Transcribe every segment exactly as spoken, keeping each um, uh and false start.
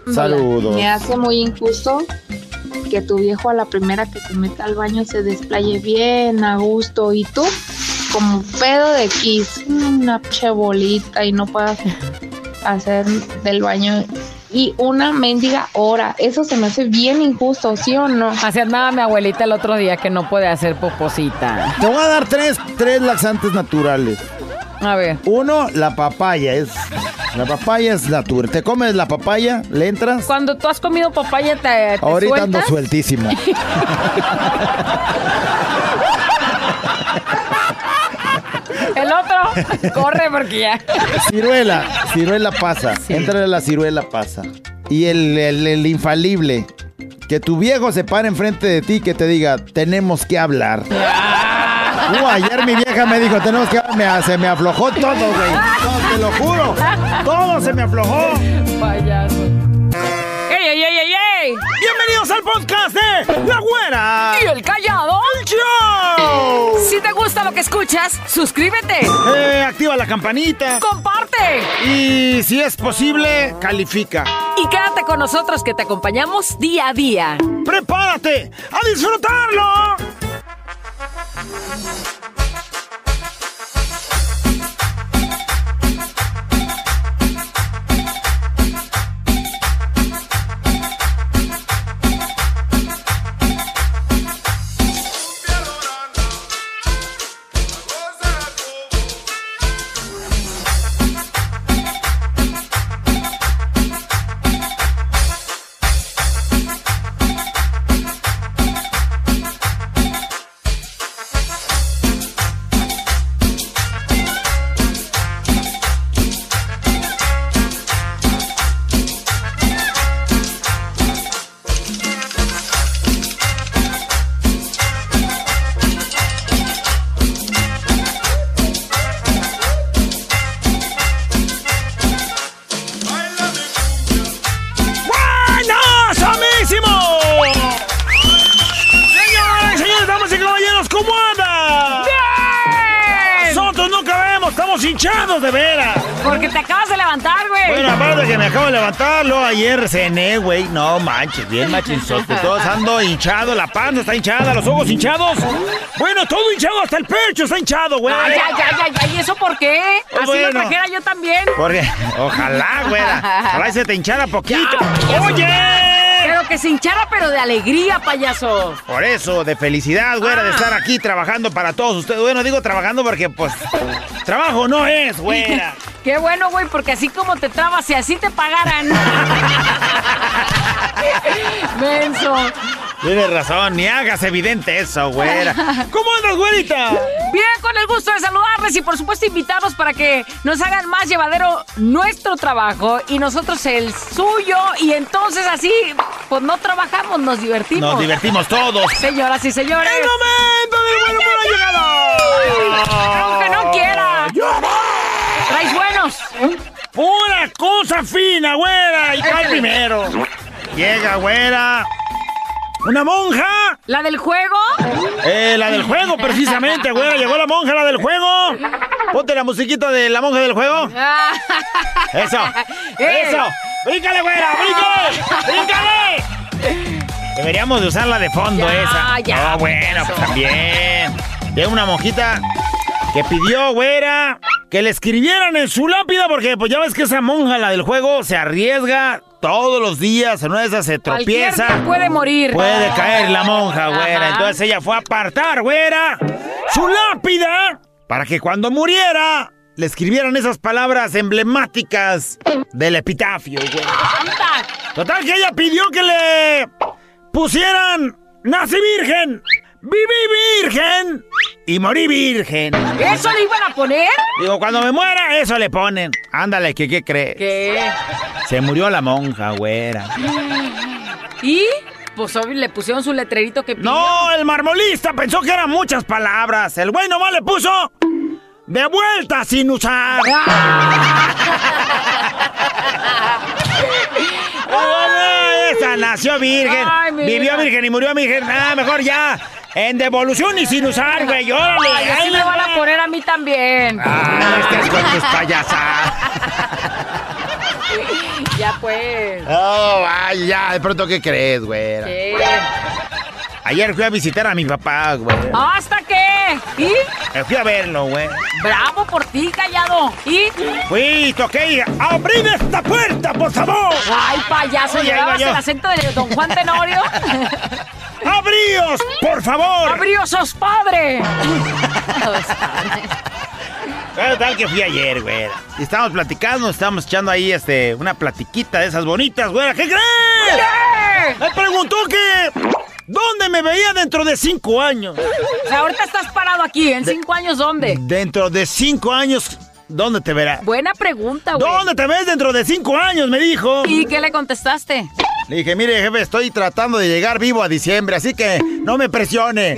Saludos. Me hace muy injusto que tu viejo a la primera que se meta al baño se desplaye bien a gusto y tú como pedo de kiss, una chebolita y no puedas hacer del baño y una mendiga hora. Eso se me hace bien injusto, ¿sí o no? Así andaba mi abuelita el otro día que no puede hacer poposita. Te voy a dar tres, tres laxantes naturales. A ver. Uno, la papaya. Es, la papaya es natural. ¿Te comes la papaya? ¿Le entras? Cuando tú has comido papaya, ¿te, te Ahorita sueltas? ando sueltísimo. El otro corre porque ya. Ciruela, ciruela pasa. Sí. Entra la ciruela pasa. Y el, el, el infalible. Que tu viejo se pare enfrente de ti y que te diga, tenemos que hablar. Uh, ayer mi vieja me dijo, tenemos que hablar. Me, se me aflojó todo, güey. No, te lo juro. Todo se me aflojó. Payaso. ¡Ey, ey, ey, ey, ey! Bienvenidos al podcast de La Güera y el Callado Show. Si te gusta lo que escuchas, suscríbete. Eh, activa la campanita. Comparte. Y si es posible, califica. Y quédate con nosotros que te acompañamos día a día. ¡Prepárate a disfrutarlo! Hinchados de veras. Porque te acabas de levantar, güey. Bueno, aparte de que me acabo de levantarlo, ayer cené, güey. No manches, bien machinzote. Todos ando hinchado, la panza está hinchada, los ojos hinchados. Bueno, todo hinchado, hasta el pecho está hinchado, güey. Ay, ay, ay, ay, ay, ¿y eso por qué? Así bueno, lo trajera yo también. Porque, ojalá, güera. Ojalá se te hinchara poquito. Ya, ¡oye! Pero que se hinchara, pero de alegría, payaso. Por eso, de felicidad, güera, ah. de estar aquí trabajando para todos ustedes. Bueno, digo trabajando porque, pues, trabajo no es, güera. Qué bueno, güey, porque así como te trabas, si así te pagaran. Menso. Tienes razón, ni hagas evidente eso, güera. ¿Cómo andas, güerita? Bien, con el gusto de saludarles y por supuesto invitarlos para que nos hagan más llevadero nuestro trabajo y nosotros el suyo. Y entonces así, pues no trabajamos, nos divertimos. Nos divertimos todos. Señoras y señores. ¡El momento del bueno por llegado! Aunque no quiera. ¿Traes buenos? Pura cosa fina, güera. Y cae primero. Llega, güera. ¿Una monja? ¿La del juego? Eh, la del juego, precisamente, güera. Llegó la monja, la del juego. Ponte la musiquita de la monja del juego. Eso, eso. ¡Bríncale, güera! ¡Bríncale! ¡Bríncale! Deberíamos de usarla de fondo, ya, esa. Ya, oh, bueno, pues también. Llega una monjita que pidió, güera, que le escribieran en su lápida, porque pues ya ves que esa monja, la del juego, se arriesga todos los días, en una de esas se tropieza. Puede morir. Puede caer la monja, güera. Ajá. Entonces ella fue a apartar, güera, su lápida, para que cuando muriera le escribieran esas palabras emblemáticas del epitafio, güera. Total que ella pidió que le pusieran nací virgen, viví virgen y morí virgen. ¿Eso le iban a poner? Digo, cuando me muera, eso le ponen. Ándale, ¿qué, qué crees? ¿Qué? Se murió la monja, güera. ¿Y? Pues obvio le pusieron su letrerito que pidió. No, el marmolista pensó que eran muchas palabras. El güey nomás le puso de vuelta sin usar. Oh, esa nació virgen. Ay, vivió virgen y murió virgen. Ah, mejor ya. En devolución y sin usar, güey. ¡Órale! Ay, así me van a poner a mí también. Ah, estás con tus payasadas. Ya pues. Oh, vaya, ya, de pronto, ¿qué crees, güera? ¿Qué? Ayer fui a visitar a mi papá, güey. ¿Hasta qué? ¿Y? Me fui a verlo, güey. Bravo por ti, Callado. ¿Y? Fui, toqué, ¡abrid esta puerta, por favor! Ay, payaso, Oye, ¿llevabas iba yo. el acento de Don Juan Tenorio? ¡Abríos, por favor! ¡Abriosos, padre! Bueno, tal que fui ayer, güey. Y estábamos platicando, estábamos echando ahí este, una platiquita de esas bonitas, güey. ¿Qué crees? ¿Qué? Me preguntó que... ¿dónde me veía dentro de cinco años? O sea, ahorita estás parado aquí. ¿En De- cinco años dónde? Dentro de cinco años, ¿dónde te verás? Buena pregunta, güey. ¿Dónde te ves dentro de cinco años? Me dijo. ¿Y qué le contestaste? Le dije, mire, jefe, estoy tratando de llegar vivo a diciembre, así que no me presione.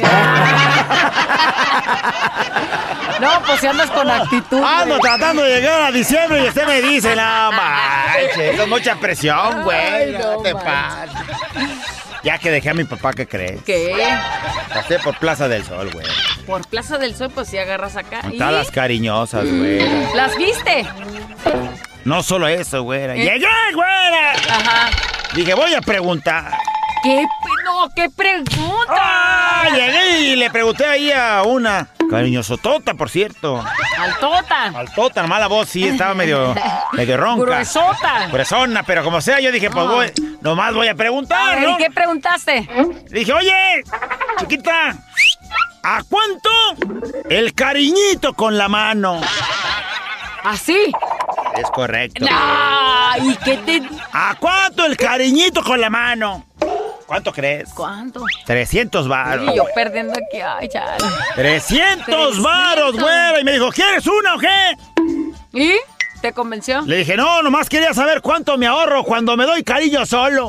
No, pues si andas con actitud, Ando güey. tratando de llegar a diciembre y usted me dice, no manches, eso es mucha presión, güey. Ay, No no te manches. pases. Ya que dejé a mi papá, ¿qué crees? ¿Qué? Pasé por Plaza del Sol, güey. Por Plaza del Sol, pues si agarras acá. ¿Y? Están las cariñosas, güey. ¿Las viste? No solo eso, güera. ¿Eh? ¡Llegué, güera! Ajá. Dije, voy a preguntar. ¿Qué? pe- No, ¿qué pregunta? ¡Ah! Llegué y le pregunté ahí a una cariñosotota, por cierto. Altota. Altota, mala voz, sí, estaba medio, medio ronca. Gruesota. Gruesona, pero como sea, yo dije, pues Ah. voy, nomás voy a A preguntar, ver, ¿no? ¿y qué preguntaste? Le dije, oye, chiquita, ¿a cuánto el cariñito con la mano? ¿Así? Es correcto. No, ¿y qué te...? ¿A cuánto el cariñito con la mano? ¿Cuánto crees? ¿Cuánto? trescientos varos. Y yo perdiendo aquí, ay, chale. trescientos varos, güera. Y me dijo, ¿quieres una o qué? ¿Y? ¿Te convenció? Le dije, no, nomás quería saber cuánto me ahorro cuando me doy cariño solo.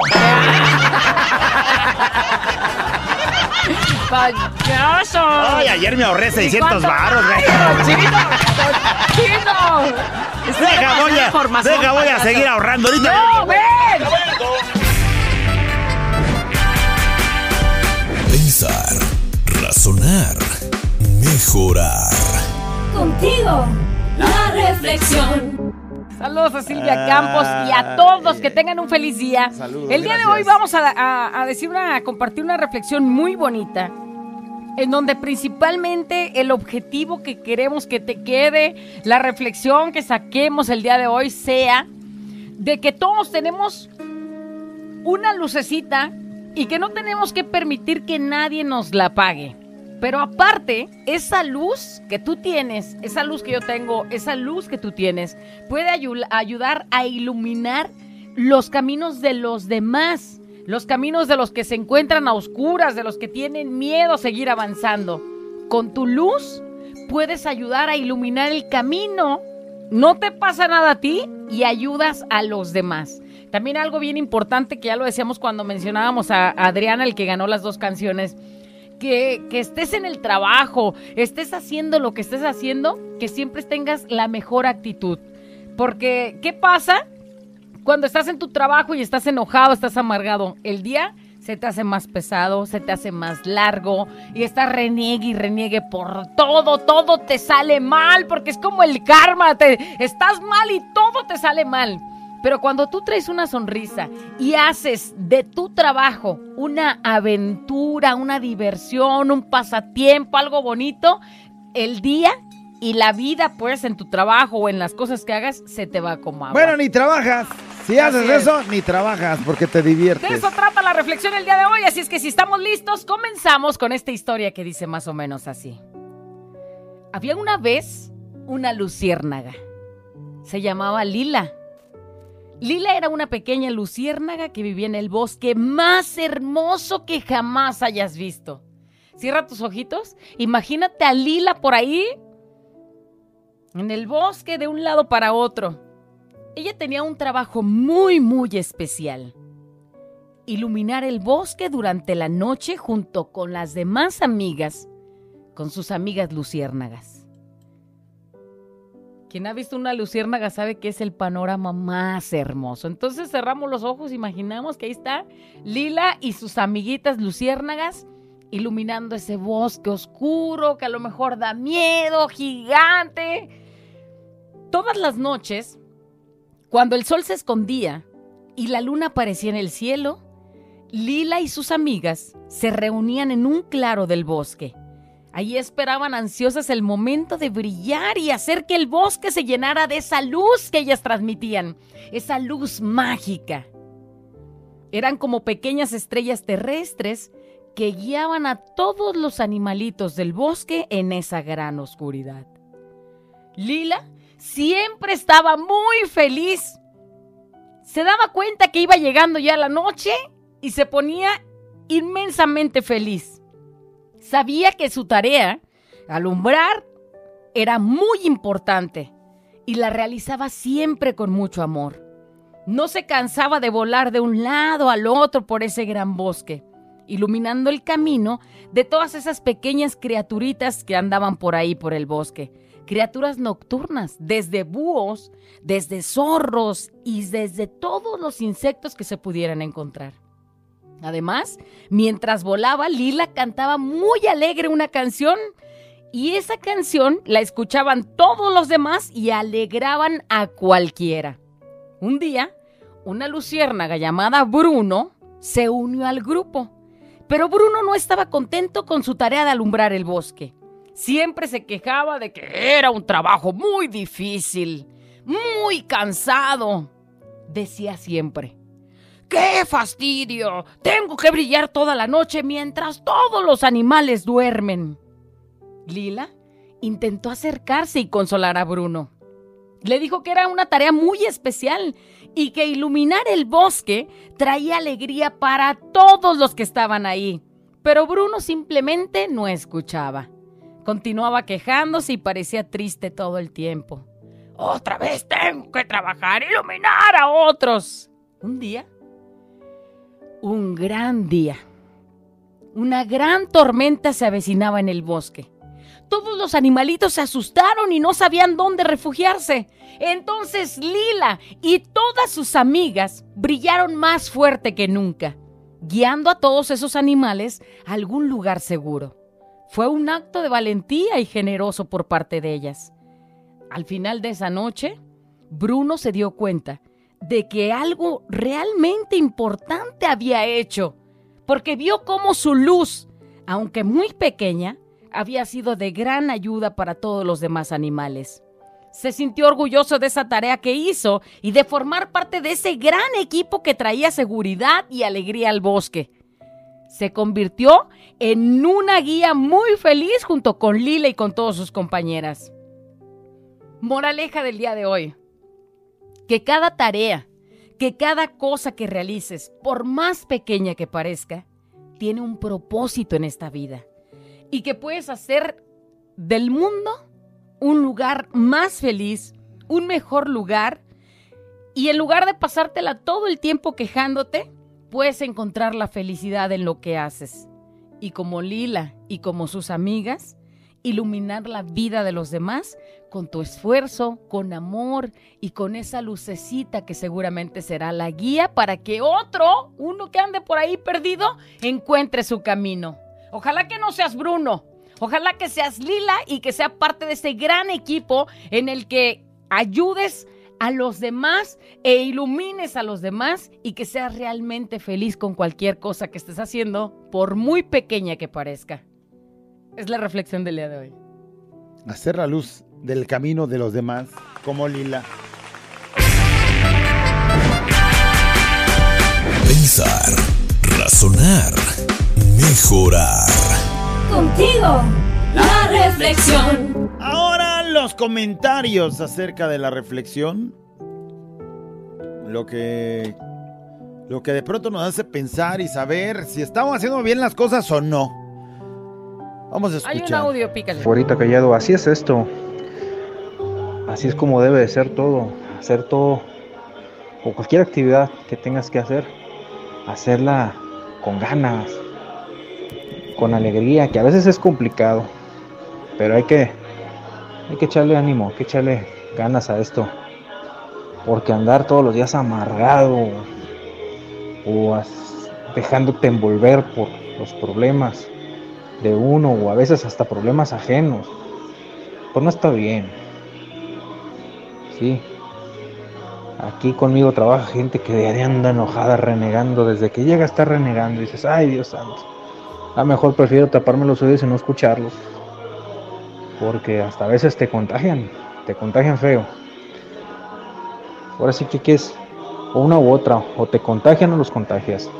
¡Payaso! Ay, ayer me ahorré seiscientos ¿Y cuánto? varos, güey. ¡Ay, ¡Chino! ¡Chino! Estoy Deja, pasando voy a, información, deja, voy a payaso. seguir ahorrando ahorita. ¡No, ven! Pensar, razonar, mejorar. Contigo, la reflexión. Saludos a Silvia Campos y a todos que tengan un feliz día. Saludos, El día de gracias. hoy vamos a, a- a decir una, a compartir una reflexión muy bonita, en donde principalmente el objetivo que queremos que te quede, la reflexión que saquemos el día de hoy sea de que todos tenemos una lucecita y que no tenemos que permitir que nadie nos la apague. Pero aparte, esa luz que tú tienes, esa luz que yo tengo, esa luz que tú tienes, puede ayu- ayudar a iluminar los caminos de los demás, los caminos de los que se encuentran a oscuras, de los que tienen miedo a seguir avanzando. Con tu luz puedes ayudar a iluminar el camino, no te pasa nada a ti y ayudas a los demás. También algo bien importante que ya lo decíamos cuando mencionábamos a Adriana, el que ganó las dos canciones, Que, que estés en el trabajo, estés haciendo lo que estés haciendo, que siempre tengas la mejor actitud. Porque, ¿qué pasa cuando estás en tu trabajo y estás enojado, estás amargado? El día se te hace más pesado, se te hace más largo y estás reniegue y reniegue por todo, todo te sale mal, porque es como el karma, te, estás mal y todo te sale mal. Pero cuando tú traes una sonrisa y haces de tu trabajo una aventura, una diversión, un pasatiempo, algo bonito, el día y la vida, pues, en tu trabajo o en las cosas que hagas, se te va como agua. Bueno, ni trabajas. Si haces Así es. eso, ni trabajas porque te De diviertes. eso trata la reflexión el día de hoy, así es que si estamos listos, comenzamos con esta historia que dice más o menos así. Había una vez una luciérnaga. Se llamaba Lila. Lila era una pequeña luciérnaga que vivía en el bosque más hermoso que jamás hayas visto. Cierra tus ojitos, imagínate a Lila por ahí, en el bosque de un lado para otro. Ella tenía un trabajo muy, muy especial. Iluminar el bosque durante la noche junto con las demás amigas, con sus amigas luciérnagas. Quien ha visto una luciérnaga sabe que es el panorama más hermoso. Entonces cerramos los ojos, imaginamos que ahí está Lila y sus amiguitas luciérnagas iluminando ese bosque oscuro que a lo mejor da miedo, gigante. Todas las noches, cuando el sol se escondía y la luna aparecía en el cielo, Lila y sus amigas se reunían en un claro del bosque. Allí esperaban ansiosas el momento de brillar y hacer que el bosque se llenara de esa luz que ellas transmitían, esa luz mágica. Eran como pequeñas estrellas terrestres que guiaban a todos los animalitos del bosque en esa gran oscuridad. Lila siempre estaba muy feliz. Se daba cuenta que iba llegando ya la noche y se ponía inmensamente feliz. Sabía que su tarea, alumbrar, era muy importante y la realizaba siempre con mucho amor. No se cansaba de volar de un lado al otro por ese gran bosque, iluminando el camino de todas esas pequeñas criaturitas que andaban por ahí por el bosque. Criaturas nocturnas, desde búhos, desde zorros y desde todos los insectos que se pudieran encontrar. Además, mientras volaba, Lila cantaba muy alegre una canción y esa canción la escuchaban todos los demás y alegraban a cualquiera. Un día, una luciérnaga llamada Bruno se unió al grupo, pero Bruno no estaba contento con su tarea de alumbrar el bosque. Siempre se quejaba de que era un trabajo muy difícil, muy cansado. Decía siempre: ¡qué fastidio! Tengo que brillar toda la noche mientras todos los animales duermen. Lila intentó acercarse y consolar a Bruno. Le dijo que era una tarea muy especial y que iluminar el bosque traía alegría para todos los que estaban ahí. Pero Bruno simplemente no escuchaba. Continuaba quejándose y parecía triste todo el tiempo. ¡Otra vez tengo que trabajar y iluminar a otros! Un día, un gran día, una gran tormenta se avecinaba en el bosque. Todos los animalitos se asustaron y no sabían dónde refugiarse. Entonces Lila y todas sus amigas brillaron más fuerte que nunca, guiando a todos esos animales a algún lugar seguro. Fue un acto de valentía y generoso por parte de ellas. Al final de esa noche, Bruno se dio cuenta de que algo realmente importante había hecho, porque vio cómo su luz, aunque muy pequeña, había sido de gran ayuda para todos los demás animales. Se sintió orgulloso de esa tarea que hizo y de formar parte de ese gran equipo que traía seguridad y alegría al bosque. Se convirtió en una guía muy feliz junto con Lila y con todas sus compañeras. Moraleja del día de hoy: que cada tarea, que cada cosa que realices, por más pequeña que parezca, tiene un propósito en esta vida. Y que puedes hacer del mundo un lugar más feliz, un mejor lugar. Y en lugar de pasártela todo el tiempo quejándote, puedes encontrar la felicidad en lo que haces. Y como Lila y como sus amigas, iluminar la vida de los demás con tu esfuerzo, con amor y con esa lucecita que seguramente será la guía para que otro, uno que ande por ahí perdido, encuentre su camino. Ojalá que no seas Bruno, ojalá que seas Lila y que sea parte de ese gran equipo en el que ayudes a los demás e ilumines a los demás y que seas realmente feliz con cualquier cosa que estés haciendo, por muy pequeña que parezca. Es la reflexión del día de hoy. Hacer la luz del camino de los demás, como Lila. Pensar, razonar, mejorar. Contigo, la reflexión. Ahora los comentarios acerca de la reflexión. Lo que, lo que de pronto nos hace pensar y saber si estamos haciendo bien las cosas o no. Vamos a escuchar. Hay un audio, pícale. Fuerita Callado, así es esto. Así es como debe de ser todo. Hacer todo, o cualquier actividad que tengas que hacer, hacerla con ganas, con alegría, que a veces es complicado, pero hay que, hay que echarle ánimo, hay que echarle ganas a esto, porque andar todos los días amargado o as, dejándote envolver por los problemas de uno o a veces hasta problemas ajenos, pues no está bien. Sí, Aquí conmigo trabaja gente que anda enojada, renegando. Desde que llega está renegando. Y dices, ay, Dios santo. A lo mejor prefiero taparme los oídos y no escucharlos. Porque hasta a veces te contagian. Te contagian feo. Ahora sí que, que es o una u otra. O te contagian o los contagias.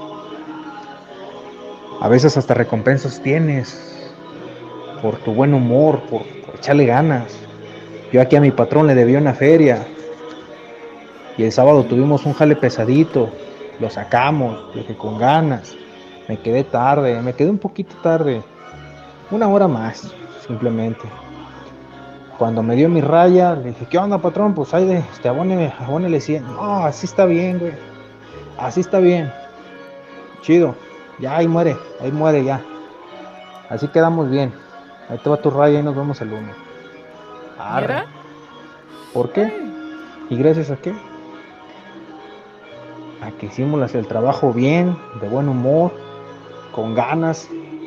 A veces hasta recompensas tienes. Por tu buen humor. Por, por echarle ganas. Yo aquí a mi patrón le debía una feria. Y el sábado tuvimos un jale pesadito, lo sacamos, dije con ganas, me quedé tarde, me quedé un poquito tarde, una hora más, simplemente. Cuando me dio mi raya, le dije, ¿qué onda, patrón? Pues ahí de, este, abónele, abónele cien. No, así está bien, güey, así está bien, chido, ya ahí muere, ahí muere ya, así quedamos bien, ahí te va tu raya y nos vemos el lunes. Arre. ¿Por qué? ¿Y gracias a qué? A que hicimos el trabajo bien, de buen humor, con ganas,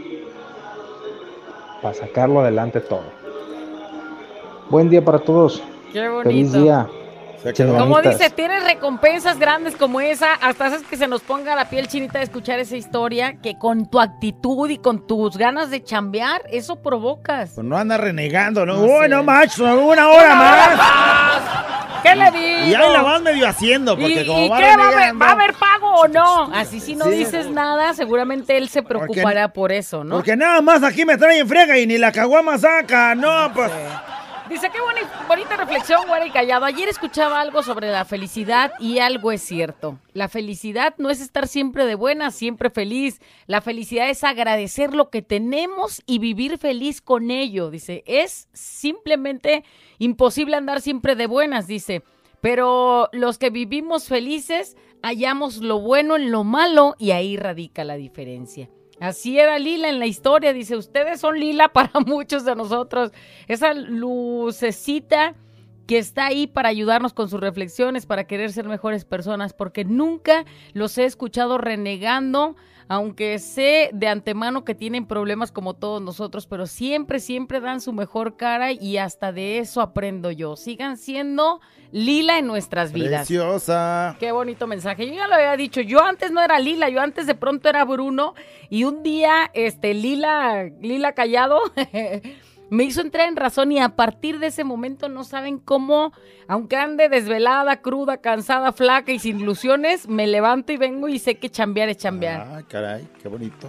para sacarlo adelante todo. Buen día para todos. Qué bonito. Feliz día. Como dice, tienes recompensas grandes como esa, hasta haces que se nos ponga la piel chinita de escuchar esa historia, que con tu actitud y con tus ganas de chambear, eso provocas. Pues no anda renegando, ¿no? No Uy, sé. no, macho, una hora más. ¿Qué le digo? Y ahí la vas medio haciendo, porque ¿Y, como y va qué va a, haber, renegando. va a haber pago o no? Así si no Sí. dices nada, seguramente él se preocupará por eso, ¿no? Porque nada más aquí me traen friega y ni la caguama saca, no, pues. Dice, qué boni- bonita reflexión, güera y callado. Ayer escuchaba algo sobre la felicidad y algo es cierto. La felicidad no es estar siempre de buenas, siempre feliz. La felicidad es agradecer lo que tenemos y vivir feliz con ello. Dice, es simplemente imposible andar siempre de buenas, dice. Pero los que vivimos felices hallamos lo bueno en lo malo y ahí radica la diferencia. Así era Lila en la historia, dice, ustedes son Lila para muchos de nosotros. Esa lucecita que está ahí para ayudarnos con sus reflexiones, para querer ser mejores personas, porque nunca los he escuchado renegando, aunque sé de antemano que tienen problemas como todos nosotros, pero siempre, siempre dan su mejor cara y hasta de eso aprendo yo. Sigan siendo Lila en nuestras vidas. Preciosa. Qué bonito mensaje. Yo ya lo había dicho, yo antes no era Lila, yo antes de pronto era Bruno y un día, este, Lila, Lila Callado me hizo entrar en razón y a partir de ese momento no saben cómo, aunque ande desvelada, cruda, cansada, flaca y sin ilusiones, me levanto y vengo y sé que chambear es chambear. Ah, caray, qué bonito.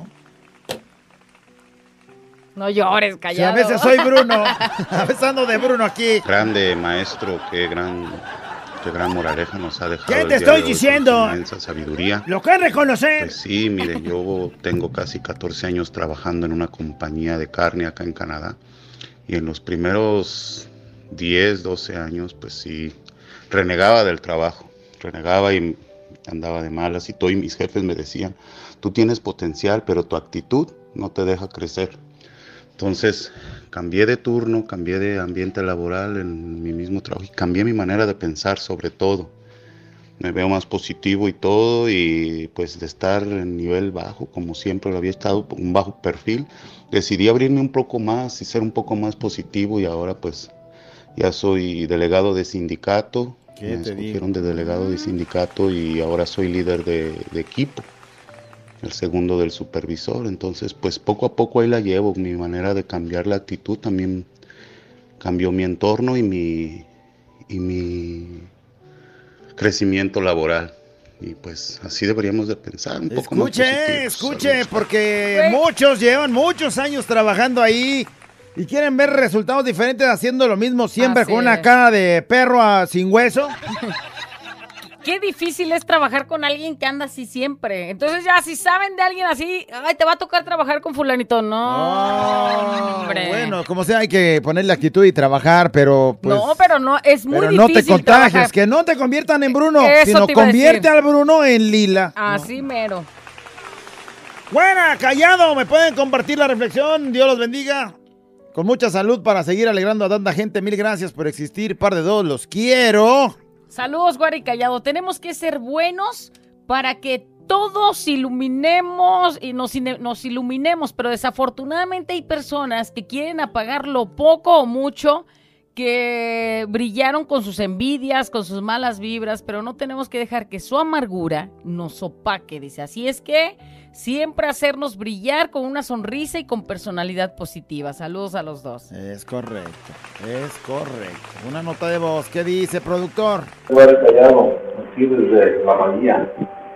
No llores, Sí, Callado. a veces soy Bruno. A veces ando de Bruno aquí. Grande maestro, qué gran, qué gran moraleja nos ha dejado. ¿Qué el te día estoy de hoy diciendo? con su inmensa sabiduría. Lo que reconocer. Pues sí, mire, yo tengo casi catorce años trabajando en una compañía de carne acá en Canadá. Y en los primeros diez, doce años, pues sí, renegaba del trabajo. Renegaba y andaba de malas y todo. Y mis jefes me decían, tú tienes potencial, pero tu actitud no te deja crecer. Entonces, cambié de turno, cambié de ambiente laboral en mi mismo trabajo y cambié mi manera de pensar sobre todo. Me veo más positivo y todo, y pues de estar en nivel bajo, como siempre lo había estado, un bajo perfil, decidí abrirme un poco más y ser un poco más positivo, y ahora pues ya soy delegado de sindicato, ¿Qué me te escogieron de delegado de sindicato y ahora soy líder de, de equipo, el segundo del supervisor. Entonces pues poco a poco ahí la llevo. Mi manera de cambiar la actitud también cambió mi entorno y mi, y mi crecimiento laboral. Y pues así deberíamos de pensar un poco más Escuche, positivos. escuche, Saludos. porque Güey. muchos llevan muchos años trabajando ahí y quieren ver resultados diferentes haciendo lo mismo siempre Así con una es. cara de perro a- sin hueso. Qué difícil es trabajar con alguien que anda así siempre. Entonces ya, si saben de alguien así, ay, te va a tocar trabajar con fulanito. No, hombre. Bueno, como sea, hay que ponerle actitud y trabajar, pero pues... no, pero no, es muy pero no te difícil contagies, trabajar. que no te conviertan en Bruno, Eso sino te iba a convierte decir. al Bruno en Lila. Así mero. Buena, Callado, ¿me pueden compartir la reflexión? Dios los bendiga. Con mucha salud para seguir alegrando a tanta gente. Mil gracias por existir, par de dos, los quiero. Saludos, Guara y Callado. Tenemos que ser buenos para que todos iluminemos y nos, ine- nos iluminemos, pero desafortunadamente hay personas que quieren apagar lo poco o mucho que brillaron con sus envidias, con sus malas vibras, pero no tenemos que dejar que su amargura nos opaque, dice. Así es que siempre hacernos brillar con una sonrisa y con personalidad positiva. Saludos a los dos. Es correcto, es correcto. Una nota de voz, ¿qué dice, productor? Estuve callado, aquí desde la bahía.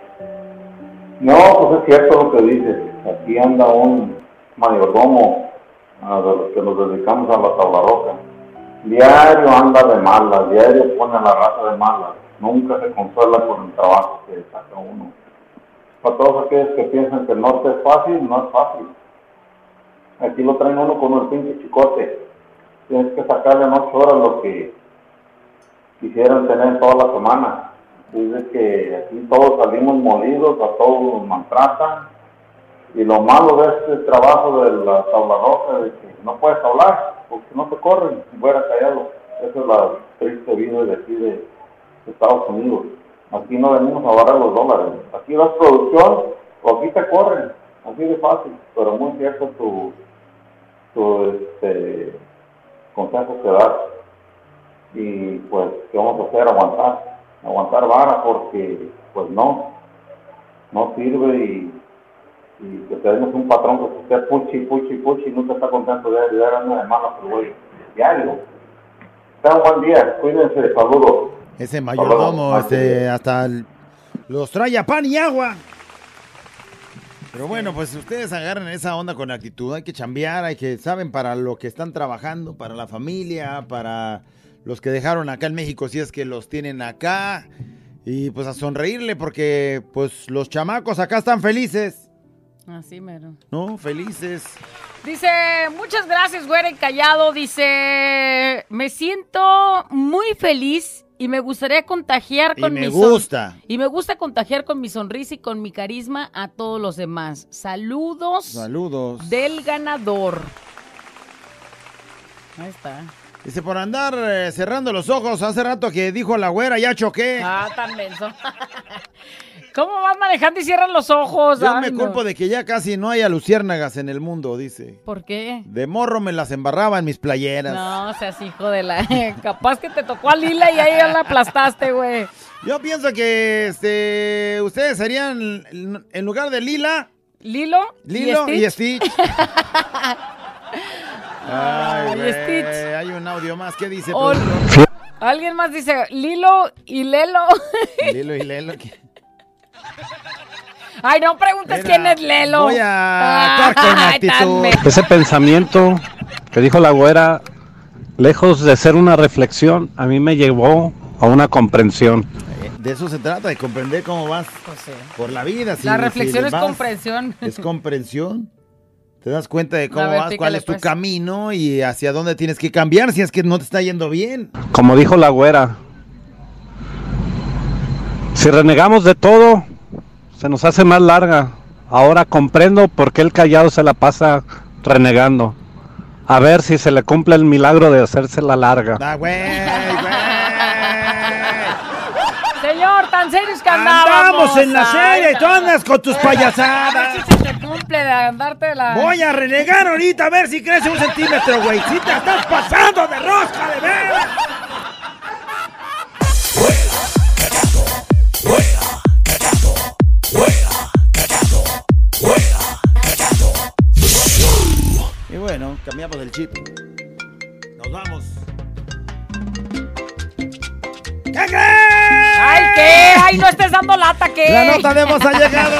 No, pues es cierto lo que dices. Aquí anda un mayordomo uh, de los que nos dedicamos a la tabla roca. Diario anda de malas, diario pone a la raza de malas. Nunca se consuela con el trabajo que saca uno. Para todos aquellos que piensan que el norte es fácil, no es fácil. Aquí lo traen uno con el pinche chicote. Tienes que sacarle en ocho horas lo que quisieran tener toda la semana. Dice que aquí todos salimos molidos, a todos nos maltratan. Y lo malo de este trabajo de la tabla roja es que no puedes hablar, porque no te corren, si fuera callado. Esa es la triste vida de aquí de Estados Unidos. Aquí no venimos a agarrar los dólares. Aquí das producción o aquí te corren. Así de fácil. Pero muy cierto tu, tu este, consejo que das. Y pues, ¿qué vamos a hacer? Aguantar. Aguantar vara porque, pues no, no sirve y, y que tenemos un patrón que esté puchi, puchi, puchi y nunca está contento de ayudar a una semana, pero güey, diario. Tengan un buen día, cuídense, saludos. Ese mayordomo, saludos. este, hasta el- los trae a pan y agua. Pero bueno, pues ustedes agarran esa onda con actitud, hay que chambear, hay que, saben, para lo que están trabajando, para la familia, para los que dejaron acá en México, si es que los tienen acá, y pues a sonreírle porque pues los chamacos acá están felices, Así mero. ¿no? Felices. Dice, muchas gracias, güera y callado. Dice, me siento muy feliz y me gustaría contagiar Y con me mi son- gusta. Y me gusta contagiar con mi sonrisa y con mi carisma a todos los demás. Saludos Saludos. del ganador. Ahí está. Dice, por andar eh, cerrando los ojos, hace rato que dijo la güera, ya choqué. Ah, tan menso. ¿Cómo vas manejando y cierran los ojos? Yo Ay, me no. culpo de que ya casi no haya luciérnagas en el mundo, dice. ¿Por qué? De morro me las embarraba en mis playeras. No, seas hijo de la... Capaz que te tocó a Lila y ahí ya la aplastaste, güey. Yo pienso que este ustedes serían, en lugar de Lila, Lilo, Lilo y y Stitch. Stitch. Ay, Ay, güey, Stitch. hay un audio más. ¿Qué dice? O- productor? Alguien más dice Lilo y Lelo. Lilo y Lelo. ¿qué? Ay, no preguntes Mira, quién es Lelo. voy a actuar con Ay, actitud. tan me- Ese pensamiento que dijo la güera, lejos de ser una reflexión, a mí me llevó a una comprensión. Eh, De eso se trata, de comprender cómo vas Pues sí. por la vida. si- La si reflexión le es vas- comprensión. Es comprensión. Te das cuenta de cómo A ver, vas, pícale, cuál es tu pues. camino y hacia dónde tienes que cambiar si es que no te está yendo bien. Como dijo la güera, si renegamos de todo, se nos hace más larga. Ahora comprendo por qué el callado se la pasa renegando. A ver si se le cumple el milagro de hacerse la larga. Ah, güey, güey. Señor, tan serios que andábamos. Andamos en la serie y tú andas con tus A ver payasadas. si se te cumple de andarte la... Voy a renegar ahorita a ver si crece un centímetro, güey. Si te estás pasando de rosca, de veras. Y bueno, cambiamos el chip. Nos vamos. ¿Qué crees? ¡Ay, qué! ¡Ay, no estés dando lata, qué! La nota de voz ha llegado.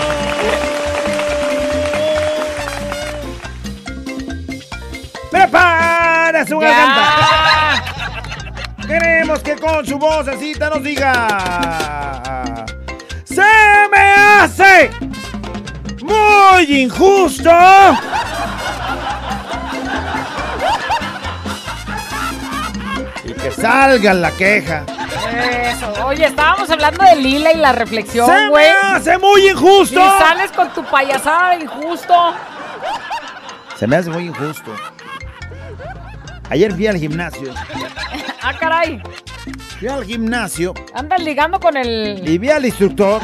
¡Prepara su garganta! ¡Ya! Queremos que con su vocecita nos diga: ¡se me hace muy injusto! Y que salga la queja. Eso. Oye, estábamos hablando de Lila y la reflexión, ¡Se güey. me hace muy injusto! Y sales con tu payasada de injusto. Se me hace muy injusto. Ayer fui al gimnasio. Ah, caray. Fui al gimnasio Andas ligando con el... y vi al instructor.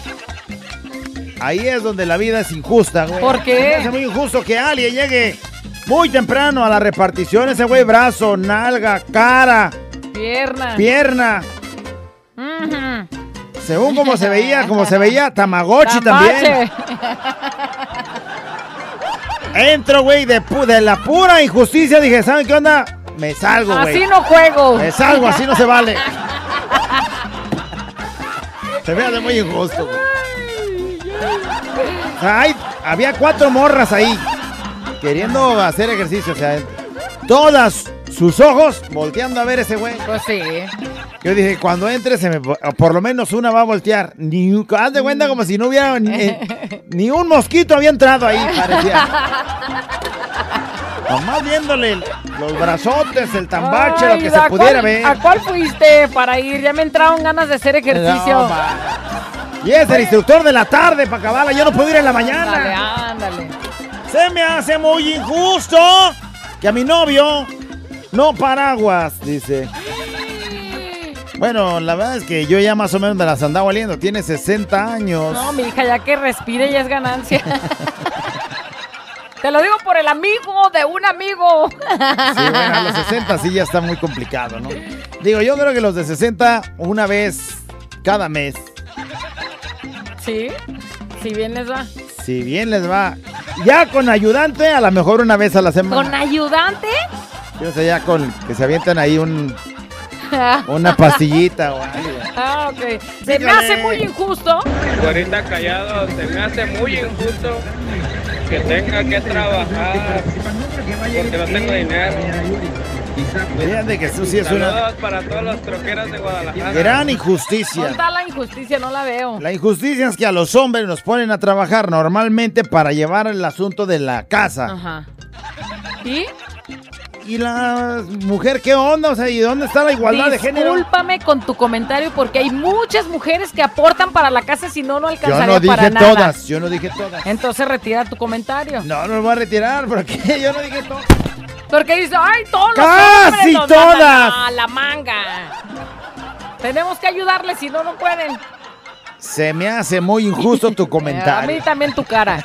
Ahí es donde la vida es injusta, güey. ¿Por qué? Se me hace muy injusto que alguien llegue Muy temprano a la repartición, ese güey, brazo, nalga, cara, Pierna. pierna. Ujú. Según como se veía, como se veía, Tamagotchi también. Tambache. Entro, güey, de, pu- de la pura injusticia. Dije, ¿saben qué onda? Me salgo, güey. Así no juego. Me salgo, así no se vale. Se me hace muy injusto, güey. O sea, hay- había cuatro morras ahí queriendo hacer ejercicio. O sea, todas sus ojos volteando a ver ese güey. Pues sí. Yo dije, cuando entre, se me, por lo menos una va a voltear. Ni, un- haz de cuenta como si no hubiera ni, eh, ni un mosquito había entrado ahí, parecía. Nomás viéndole el- los brazotes, el tambache, Ay, lo que se ¿a pudiera cuál- ver. ¿A cuál fuiste para ir? Ya me entraron ganas de hacer ejercicio. No, va. Y es el instructor de la tarde para acabarla. Yo no puedo ir en la Ándale, mañana. ándale. Se me hace muy injusto que a mi novio no paraguas, dice. Bueno, la verdad es que yo ya más o menos me las andaba oliendo. Tiene sesenta años. No, mi hija, ya que respire ya es ganancia. Te lo digo por el amigo de un amigo. Sí, bueno, a los sesenta sí ya está muy complicado, ¿no? Digo, yo creo que los de sesenta una vez cada mes. Sí, si bien les va. Si bien les va. Ya con ayudante, a lo mejor una vez a la semana. ¿Con ayudante? Yo sé, ya con que se avientan ahí un, una pastillita o algo. Ah, ok. Se me Dígale. hace muy injusto. Ahorita callado, se me hace muy injusto que tenga que trabajar porque no tengo dinero. Fíjate que eso sí es una Saludos para todos los troqueros de Guadalajara. gran ¿Dónde injusticia. está la injusticia? No la veo. La injusticia es que a los hombres nos ponen a trabajar normalmente para llevar el asunto de la casa. Ajá. ¿Y? ¿Y la mujer qué onda? O sea, ¿y dónde está la igualdad de género? Discúlpame con tu comentario porque hay muchas mujeres que aportan para la casa, si no, no Yo alcanzaría no para dije nada. todas, yo no dije todas. Entonces retira tu comentario. No, no lo voy a retirar, porque yo no dije todas. Porque dice, ay, todos los ¡Casi hombres nos todas! mandan a la manga. Tenemos que ayudarles, si no, no pueden. Se me hace muy injusto tu A comentario. mí también tu cara.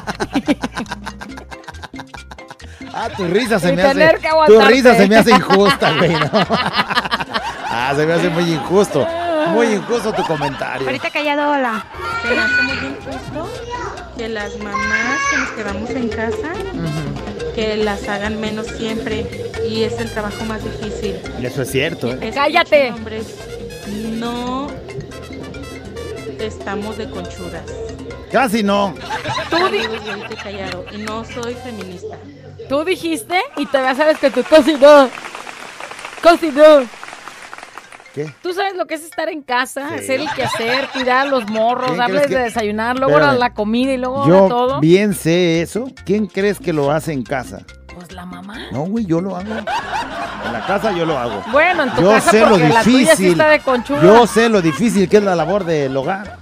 Ah, tu risa se Y me tener hace. que Tu aguantarte. risa se me hace injusta, güey. ¿no? Ah, se me hace muy injusto. Muy injusto tu comentario. Ahorita callado, hola. Se me hace muy injusto que las mamás que nos quedamos en casa, que las hagan menos siempre y es el trabajo más difícil. Eso es cierto, ¿eh? Es Cállate. que, hombres, no estamos de conchudas. Casi no. Tú, di- Amigos, yo ahorita callado y no soy feminista. tú dijiste y todavía sabes que tú casi no. Casi no. ¿Qué? Tú sabes lo que es estar en casa, Sí. hacer el quehacer, cuidar a los morros, ¿Quién darles crees que- de desayunar, luego Espérame. la comida y luego Yo de todo. bien sé eso. ¿Quién crees que lo hace en casa? Pues la mamá. No, güey, yo lo hago. En la casa yo lo hago. Bueno, en tu Yo casa sé lo porque la tuya sí difícil. está de conchuda. Yo sé lo difícil que es la labor del hogar.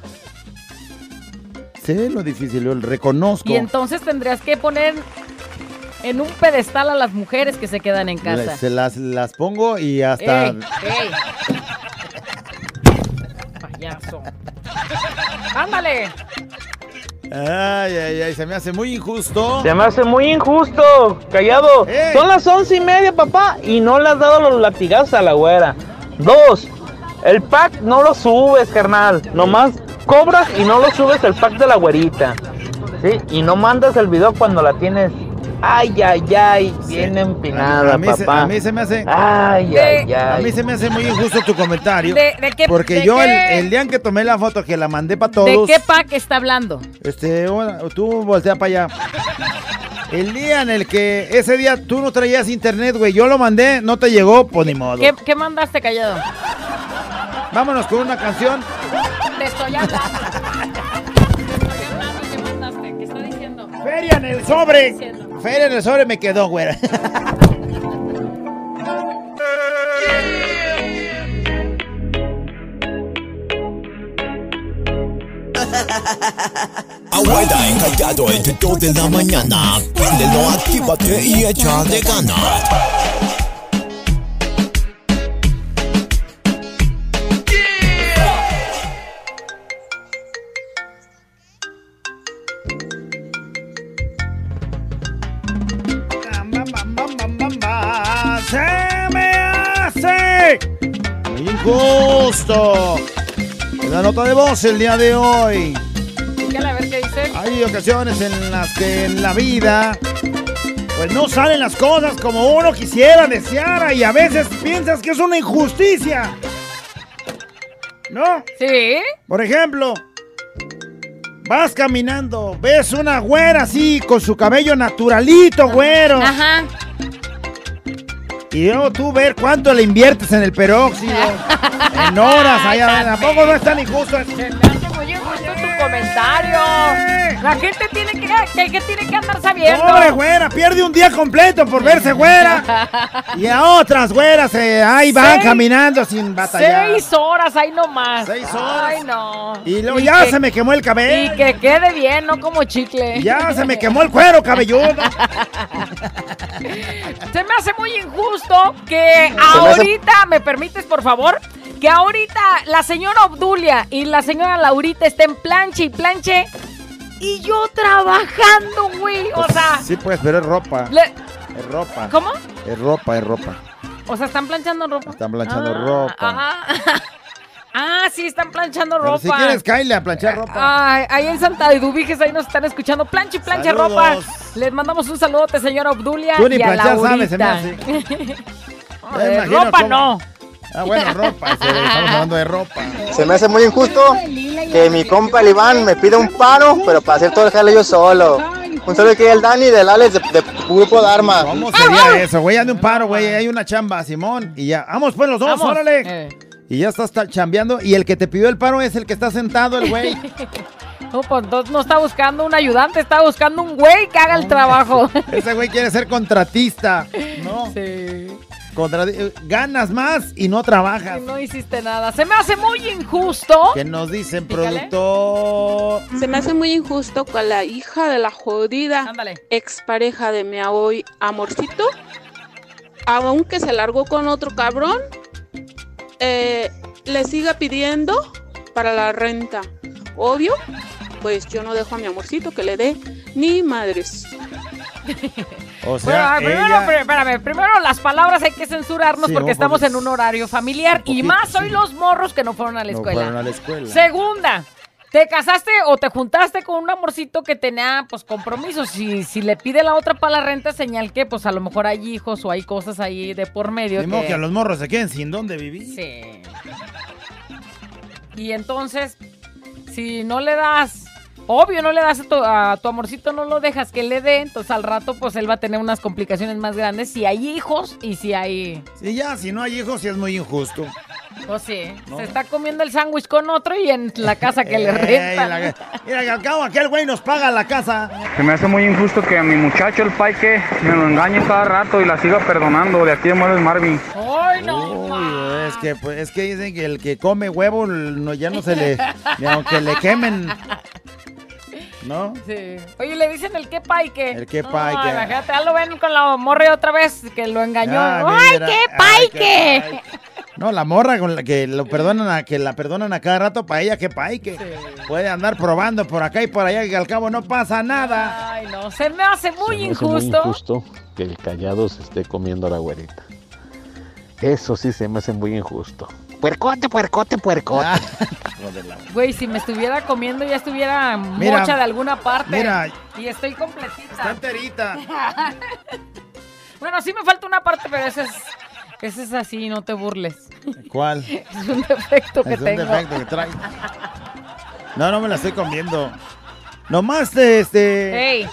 Sé lo difícil, yo lo reconozco. Y entonces tendrías que poner en un pedestal a las mujeres que se quedan en casa. Le- Se las, las pongo y hasta... ¡Ey! ¡Ey! Payaso. ¡Ándale! Ay, ay, ay, se me hace muy injusto. Se me hace muy injusto, callado. ¡Ey! Son las once y media, papá, y no le has dado los latigazos a la güera. Dos, el pack no lo subes, carnal. Nomás cobras y no lo subes el pack de la güerita. ¿Sí? Y no mandas el video cuando la tienes. Ay, ay, ay, bien empinada, a, mí se, papá. a mí se me hace... Ay, De- ay, A ay. mí se me hace muy injusto tu comentario. ¿De, de qué, Porque de yo el, qué- el día en que tomé la foto que la mandé para ¿De todos, qué pack está hablando? este, bueno, tú voltea para allá. El día en el que ese día tú no traías internet, güey, yo lo mandé, no te llegó, pues ni modo. ¿Qué, qué mandaste, callado? Vámonos con una canción. Te estoy hablando. Te estoy hablando. ¿Qué mandaste? ¿Qué está diciendo? Feria en el sobre. ¿Qué está diciendo? Feria en el sobre me quedó, güera. Abuela encallado entre dos de la mañana. Préndelo, actívate y échale ganas. injusto. La nota de voz el día de hoy. Dígale a ver qué dice. Hay ocasiones en las que en la vida pues no salen las cosas como uno quisiera, deseara, y a veces piensas que es una injusticia. ¿No? Sí. Por ejemplo, vas caminando, ves una güera así con su cabello naturalito, güero. Ajá. Y luego tú ver cuánto le inviertes en el peróxido. En horas allá. Tampoco no es tan injusto. Se me hace muy injusto tu comentario. La gente tiene que, que, que tiene que andar sabiendo. Pobre güera, pierde un día completo por verse güera. Y a otras güeras eh, ahí van seis, caminando sin batallar. Seis horas, ahí nomás. Seis horas. Ay, no. Y luego y ya que, se me quemó el cabello. Y que quede bien, no como chicle. Ya se me quemó el cuero cabelludo. Se me hace muy injusto que ahorita, me, hace... ¿me permites, por favor? Que ahorita la señora Obdulia y la señora Laurita estén planche y planche y yo trabajando, güey. O pues, sea... Sí, pues, pero es ropa. Le... Es ropa. ¿Cómo? Es ropa, es ropa. O sea, ¿están planchando ropa? Están planchando ah, ropa. Ah, ah, sí, están planchando pero ropa. si quieres, Kyle, a planchar ropa. Ay, ahí en Santa Eduviges, ahí nos están escuchando. Plancha y plancha Saludos. ropa. Les mandamos un saludote, señora Obdulia. Tú ni y planchar a sabes, se me hace. Eh, ropa cómo... no. Ah, bueno, ropa, estamos hablando de ropa. Se me hace muy injusto que mi compa el Iván me pida un paro, pero para hacer todo el jale yo solo. Un saludo aquí el Dani del Alex de, de Grupo Dharma. ¿Cómo sería eso, güey? Ande un paro, güey, hay una chamba, Simón, y ya. Vamos pues los dos, Vamos. órale. Eh. Y ya estás chambeando, y el que te pidió el paro es el que está sentado, el güey. No, pues no está buscando un ayudante, está buscando un güey que haga el trabajo. Ese güey quiere ser contratista, ¿no? Sí. Contra, ganas más y no trabajas. Y no hiciste nada. Se me hace muy injusto. ¿Qué nos dicen, productor? Se me hace muy injusto con la hija de la jodida Ándale. expareja de mi hoy amorcito. Aunque se largó con otro cabrón, eh, le siga pidiendo para la renta. Obvio, pues yo no dejo a mi amorcito que le dé ni madres. O sea, bueno, primero, ella... espérame, primero las palabras hay que censurarnos sí, porque estamos en un horario familiar y más hoy sí. los morros que no fueron a la escuela. No fueron a la escuela. Segunda, te casaste o te juntaste con un amorcito que tenía pues compromisos. Si, si le pide la otra para la renta, señal que pues a lo mejor hay hijos o hay cosas ahí de por medio. Ni que... que a los morros se queden sin dónde vivir. Sí. Y entonces, si no le das... Obvio, no le das a tu, a tu amorcito, no lo dejas que le dé, entonces al rato pues él va a tener unas complicaciones más grandes si hay hijos y si hay... Sí, ya, si no hay hijos sí es muy injusto. Pues sí, ¿no? Se está comiendo el sándwich con otro y en la casa que le renta. La, mira, que al cabo aquel güey nos paga la casa. Se me hace muy injusto que a mi muchacho el Paique me lo engañe cada rato y la siga perdonando, de aquí de Muebles Marvin. ¡Ay, no! Uy, es que, pues, es que dicen que el que come huevo no, ya no se le... ni aunque le quemen... ¿No? Sí. Oye, le dicen el que paique. El que paique. No, imagínate, ya lo ven con la morra otra vez que lo engañó. Ah, ¡Ay, mira, qué ay, paique! qué no, la morra con la que lo perdonan a, que la perdonan a cada rato, para ella que paique. Sí. Puede andar probando por acá y por allá y al cabo no pasa nada. Ay, no, se me hace muy se me injusto. Hace muy injusto que el callado se esté comiendo a la güerita. Eso sí se me hace muy injusto. Puercote, puercote, puercote. Ah, güey, si me estuviera comiendo ya estuviera mira, mocha de alguna parte. Mira. Y estoy completita. Está enterita. Bueno, sí me falta una parte, pero ese es, ese es así, no te burles. ¿Cuál? Es un defecto que es tengo. Es un defecto que trae. No, no me la estoy comiendo. Nomás este... Ey.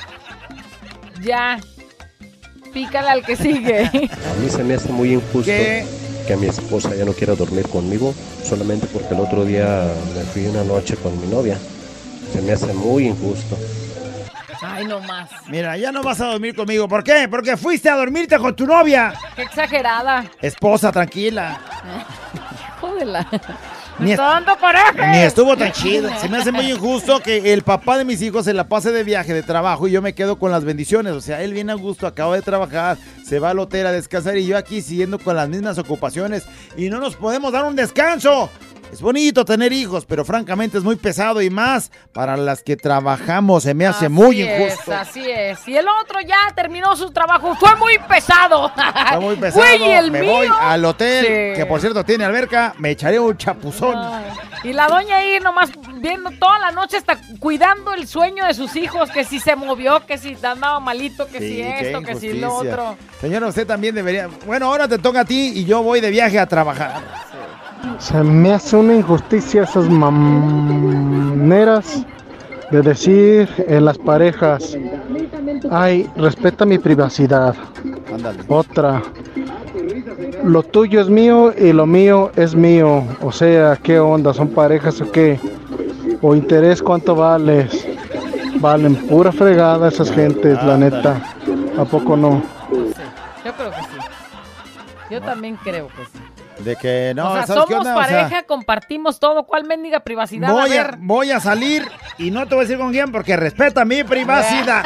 Ya. Pícale al que sigue. A mí se me hace muy injusto ¿Qué? que mi esposa ya no quiera dormir conmigo solamente porque el otro día me fui una noche con mi novia. Se me hace muy injusto. Ay, no más. Mira, ya no vas a dormir conmigo. ¿Por qué? Porque fuiste a dormirte con tu novia. Qué exagerada. Esposa, tranquila. Jódela. Ni, est dando coraje. Ni estuvo tan chido. Se me hace muy injusto que el papá de mis hijos se la pase de viaje, de trabajo, y yo me quedo con las bendiciones. O sea, él viene a gusto, acaba de trabajar, se va al hotel a descansar y yo aquí siguiendo con las mismas ocupaciones y no nos podemos dar un descanso. Es bonito tener hijos, pero francamente es muy pesado y más para las que trabajamos. Se me hace Así muy es, injusto. Así es. Y el otro ya terminó su trabajo. Fue muy pesado. Está muy pesado. Güey, ¿y el me mío? voy al hotel, Sí. que por cierto tiene alberca. Me echaré un chapuzón. Ay, y la doña ahí nomás viendo toda la noche, hasta cuidando el sueño de sus hijos, que si se movió, que si andaba malito, que Sí, si qué esto, que si lo injusticia. otro. Señora, usted también debería... Bueno, ahora te toca a ti y yo voy de viaje a trabajar. Se me hace una injusticia esas maneras de decir en las parejas, ay, respeta mi privacidad. Ándale. Otra, lo tuyo es mío y lo mío es mío. O sea, ¿qué onda? ¿Son parejas o qué? ¿O interés cuánto vales? Valen pura fregada esas gentes, la neta. ¿A poco no? Yo creo que sí. Yo también creo que sí. De que no, o sea, ¿sabes somos qué onda? pareja, O sea, compartimos todo. ¿Cuál mendiga privacidad? voy, a a, ver. voy a salir y no te voy a decir con quién porque respeta mi privacidad.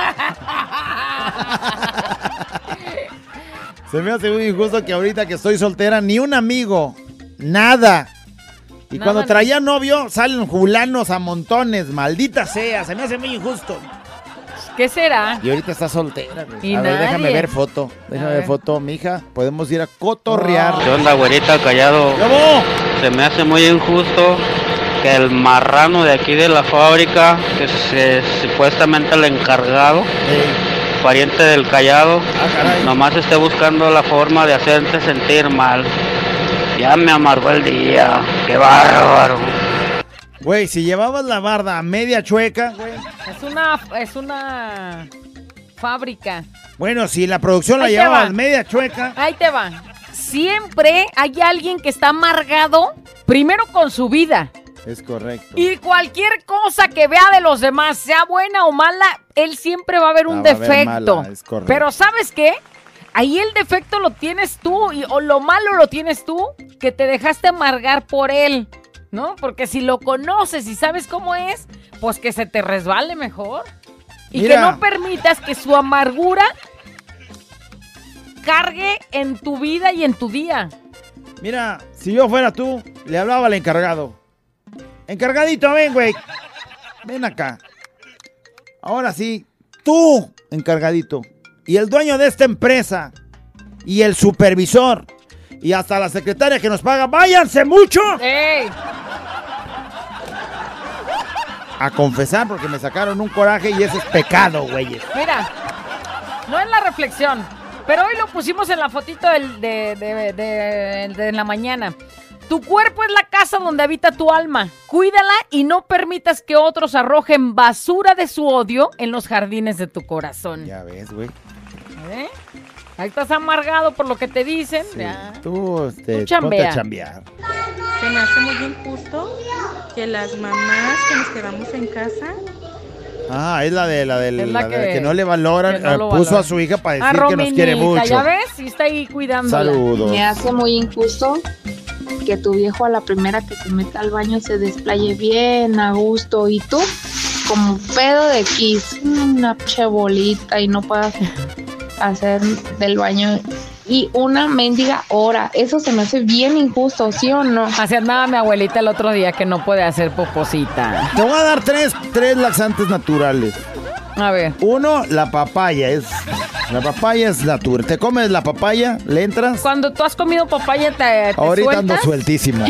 Se me hace muy injusto que ahorita que estoy soltera, ni un amigo, nada. Y Nada, cuando ni- traía novio, salen julanos a montones, maldita sea, se me hace muy injusto. ¿Qué será? Y ahorita está soltera, güey. Y A ver, nadie. déjame ver foto. Déjame A ver ver. foto, mija. Podemos ir a cotorrear. ¿Qué onda, güerita, callado? Se me hace muy injusto que el marrano de aquí de la fábrica, que se, supuestamente el encargado, pariente del callado, nomás esté buscando la forma de hacerte sentir mal. Ya me amargó el día. ¡Qué bárbaro! Güey, si llevabas la barda a media chueca, güey. Es una, es una fábrica. Bueno, si la producción la Ahí te llevabas va. media chueca. Ahí te va. Siempre hay alguien que está amargado, primero con su vida. Es correcto. Y cualquier cosa que vea de los demás, sea buena o mala, él siempre va a ver un La va a ver defecto. mala, es correcto. Pero ¿sabes qué? Ahí el defecto lo tienes tú y, o lo malo lo tienes tú, que te dejaste amargar por él, ¿no? Porque si lo conoces y sabes cómo es, pues que se te resbale mejor. Y Mira. que no permitas que su amargura cargue en tu vida y en tu día. Mira, si yo fuera tú, le hablaba al encargado. Encargadito, ven, güey. Ven acá. Ahora sí, tú, encargadito. Y el dueño de esta empresa. Y el supervisor. Y hasta la secretaria que nos paga. ¡Váyanse mucho! ¡Ey! A confesar porque me sacaron un coraje y ese es pecado, güey. Mira, no es la reflexión, pero hoy lo pusimos en la fotito del- de, de- de- de la mañana. Tu cuerpo es la casa donde habita tu alma. Cuídala y no permitas que otros arrojen basura de su odio en los jardines de tu corazón. Ya ves, güey. ¿Eh? Ahí estás amargado por lo que te dicen. Ya. Tú, este, Tú chambea. ponte a chambear. Se me hace muy injusto que las mamás que nos quedamos en casa, Ah, es la de la, del- Es la la de que- que no le valoran. que no eh, lo puso valora. a su hija para decir A que nos Rominita, quiere mucho. ¿ya ves? Y está ahí cuidándola. Saludos. Me hace muy injusto que tu viejo a la primera que se meta al baño se desplaye bien a gusto y tú como pedo de kiss, una chebolita y no puedas hacer del baño y una mendiga hora. Eso se me hace bien injusto, ¿sí o no? Así andaba mi abuelita el otro día que no puede hacer poposita. Te voy a dar tres, tres laxantes naturales. A ver. Uno, la papaya. Es, la papaya es natural. Te comes la papaya, le entras. Cuando tú has comido papaya, te, te Ahorita sueltas. ando sueltísimo.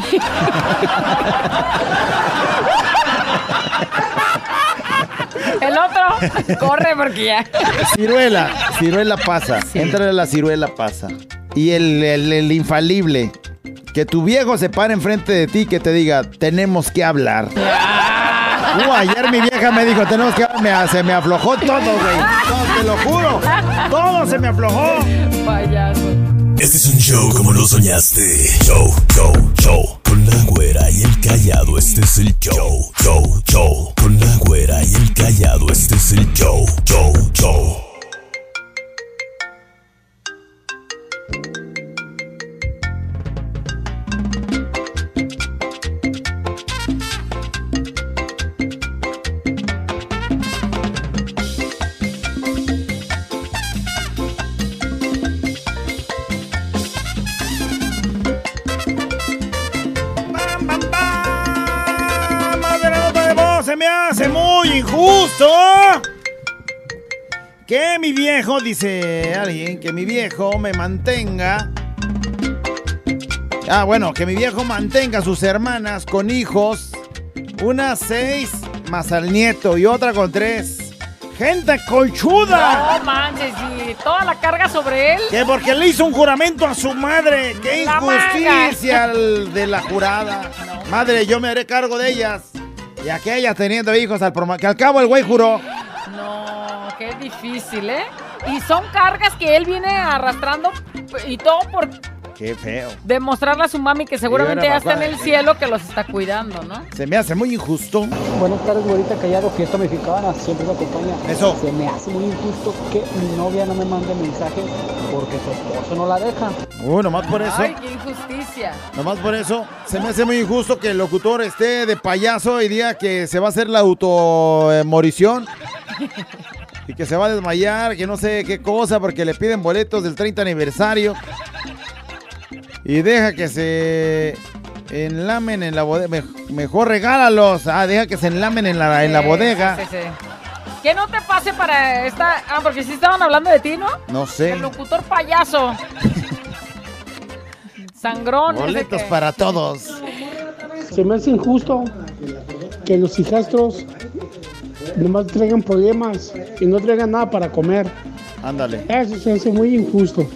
El otro corre porque ya. Ciruela, ciruela pasa. Entra la ciruela pasa. Y el, el, el infalible. Que tu viejo se pare enfrente de ti y que te diga, tenemos que hablar. Uh, ayer mi vieja me dijo, tenemos que hablar. Me- se me aflojó todo, güey. No, te lo juro. Todo se me aflojó. Payaso. Este es un show como lo soñaste. Show, show, show. Con la güera y el callado, este es el show. Show, show. Con la güera y el callado, este es el show. Show, show. muy injusto que mi viejo, dice alguien, que mi viejo me mantenga. Ah, bueno, que mi viejo mantenga a sus hermanas con hijos. Una seis más al nieto y otra con tres. ¡Gente colchuda! No manches, y toda la carga sobre él. Que porque le hizo un juramento a su madre. ¡Qué La injusticia el de la jurada! No. Madre, yo me haré cargo de ellas. Y aquellas teniendo hijos al promo... Que al cabo el güey juró. No, qué difícil, ¿eh? Y son cargas que él viene arrastrando y todo por... Qué feo. Demostrarle a su mami que seguramente ya está en el cielo que los está cuidando, ¿no? Se me hace muy injusto. Buenas tardes, güerita Callado, fiesta mexicana, siempre me acompaña. Eso. Se me hace muy injusto que mi novia no me mande mensajes porque su esposo no la deja. Uh, nomás por eso. Ay, qué injusticia. Nomás por eso. Se me hace muy injusto que el locutor esté de payaso y diga que se va a hacer la automorición. Y que se va a desmayar, que no sé qué cosa, porque le piden boletos del treinta aniversario. Y deja que se enlamen en la bodega. Mejor regálalos. Ah, deja que se enlamen en la, en la bodega. Sí, sí, sí. Que no te pase para esta... Ah, porque sí estaban hablando de ti, ¿no? No sé. El locutor payaso. Sangrón. Boletos para todos. Se me hace injusto que los hijastros nomás traigan problemas y no traigan nada para comer. Ándale. Eso se hace muy injusto.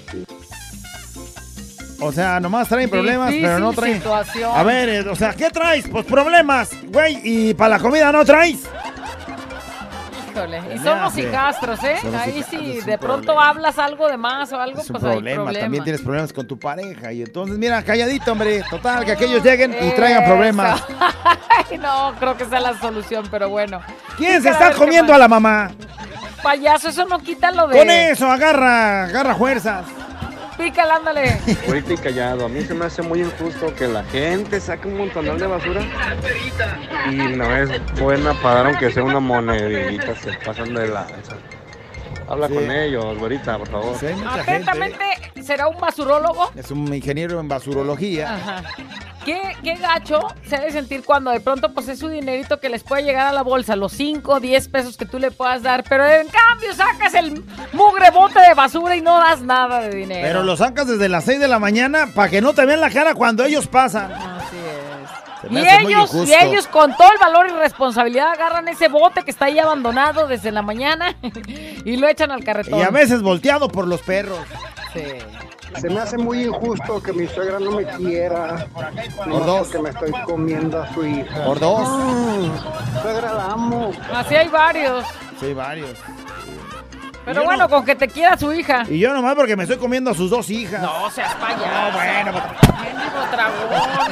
O sea, nomás traen problemas, Difícil pero no traen... situación. A ver, eh, o sea, ¿qué traes? Pues problemas, güey, y para la comida no traes. Híjole, y Se son me los hace. hijastros, ¿eh? Son los Ahí hijastros, sí, es un de pronto problema. hablas algo de más o algo, Es un pues hay problema, problema. también tienes problemas con tu pareja. Y entonces, mira, calladito, hombre. Total, que aquellos lleguen y traigan Eso. problemas. Ay, no, creo que sea la solución, pero bueno. ¿Quién se Pícala, está a ver qué comiendo más. a la mamá? Payaso, eso no quita lo de... Con eso, agarra, agarra fuerzas. Pícala, ándale. Ahorita y Callado, a mí se me hace muy injusto que la gente saque un montonal de basura y no es buena para dar aunque sea una monedita, se pasan de lanza. Habla Sí. con ellos, güerita, por favor. Sí, hay mucha gente. Atentamente, ¿será un basurólogo? Es un ingeniero en basurología. Ajá. ¿Qué, qué gacho se ha de sentir cuando de pronto pues es su dinerito que les puede llegar a la bolsa, los cinco, diez pesos que tú le puedas dar, pero en cambio sacas el mugre bote de basura y no das nada de dinero. Pero lo sacas desde las seis de la mañana para que no te vean la cara cuando ellos pasan. Así es. Se me Y hace muy ellos, y injusto. ellos con todo el valor y responsabilidad agarran ese bote que está ahí abandonado desde la mañana y lo echan al carretón. Y a veces volteado por los perros. Sí. Se me hace muy injusto que mi suegra no me quiera. Por dos. Que me estoy comiendo a su hija. Por dos. Ah, suegra, la amo. Así hay varios. Sí, varios. Pero Yo bueno, no- con que te quiera su hija. Y yo nomás porque me estoy comiendo a sus dos hijas. No seas payaso. No, bueno, pues- Mendigo dragón.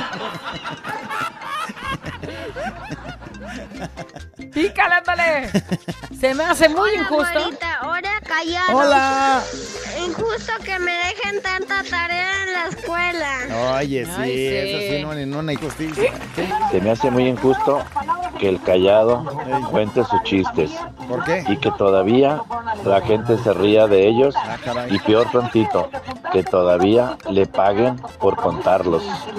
Pícale, ándale. Se me hace muy injusto. Hola, Callado. Hola. Injusto que me dejen tanta tarea en la escuela. Oye, sí, Ay, sí. eso sí, no, no, no hay justicia. Se me hace muy injusto que el Callado cuente sus chistes. ¿Por qué? Y que todavía la gente se ría de ellos. Ah, caray. Y peor tantito, que todavía le paguen por contarlos.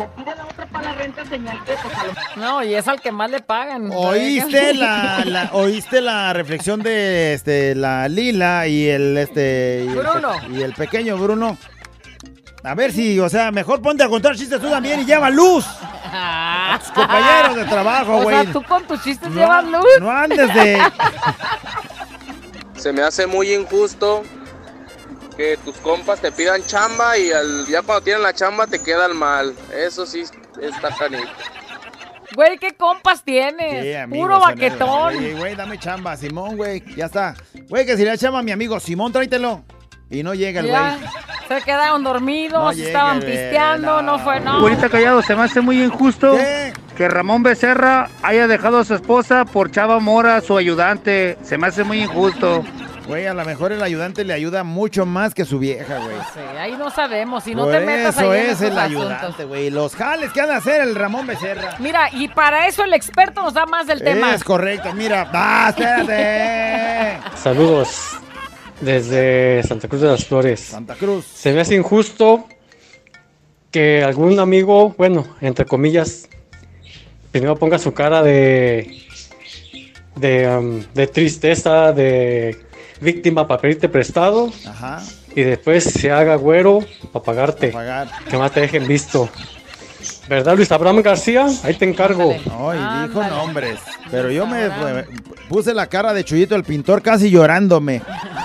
No, y es al que más le pagan. ¿Oíste la, la- oíste la reflexión de este la Lila y el este y el, Bruno. pe- y el pequeño Bruno? A ver si, o sea, mejor ponte a contar chistes tú también y lleva luz. A tus compañeros de trabajo, O güey. sea, tú con tus chistes No, llevas luz. no andes de... Se me hace muy injusto que tus compas te pidan chamba y al, ya cuando tienen la chamba te quedan mal. Eso sí está canijo. Güey, ¿qué compas tienes? Sí, amigos, Puro se me- baquetón. Oye, güey, dame chamba, Simón, güey. Ya está. Güey, que si le chamba a mi amigo Simón, tráetelo. Y no llega el Ya, güey. se quedaron dormidos, No llega, estaban güey, pisteando, no, fue, no. Güerita Callado, se me hace muy injusto que Ramón Becerra haya dejado a su esposa por Chava Mora, su ayudante. Se me hace muy injusto. Güey, a lo mejor el ayudante le ayuda mucho más que su vieja, güey. Sí, ahí no sabemos, si no Por te metas eso ahí en es esos el asuntos. ayudante, güey. Los jales que han de hacer el Ramón Becerra. Mira, y para eso el experto nos da más del tema. Es correcto, mira. ¡Ah, espérate! Saludos desde Santa Cruz de las Flores. Santa Cruz. Se me hace injusto que algún amigo, bueno, entre comillas, primero ponga su cara de de, um, de tristeza, de víctima para pedirte prestado. Ajá. Y después se haga güero para pagarte. Pagar. Que más te dejen visto. ¿Verdad, Luis Abraham García? Ahí te encargo. Ay, dijo nombres. Pero yo me, me puse la cara de Chuyito el pintor casi llorándome.